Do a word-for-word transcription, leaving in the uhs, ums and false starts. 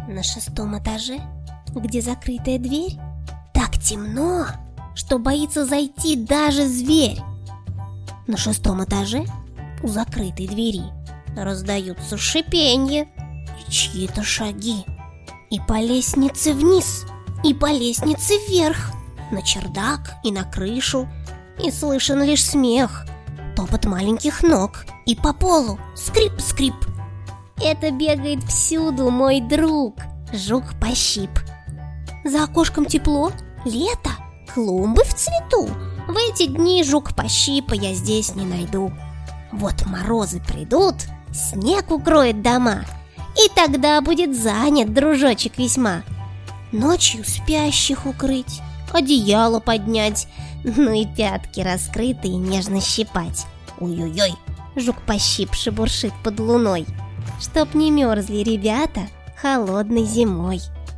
На шестом этаже, где закрытая дверь, так темно, что боится зайти даже зверь. На шестом этаже у закрытой двери раздаются шипенье и чьи-то шаги. И по лестнице вниз, и по лестнице вверх, на чердак и на крышу, и слышен лишь смех, топот маленьких ног, и по полу скрип-скрип. Это бегает всюду мой друг, жук-пощип. За окошком тепло, лето, клумбы в цвету. В эти дни жук-пощипа я здесь не найду. Вот морозы придут, снег укроет дома, и тогда будет занят дружочек весьма. Ночью спящих укрыть, одеяло поднять, ну и пятки раскрытые нежно щипать. Ой-ой-ой, жук-пощип шебуршит под луной, чтоб не мерзли ребята холодной зимой.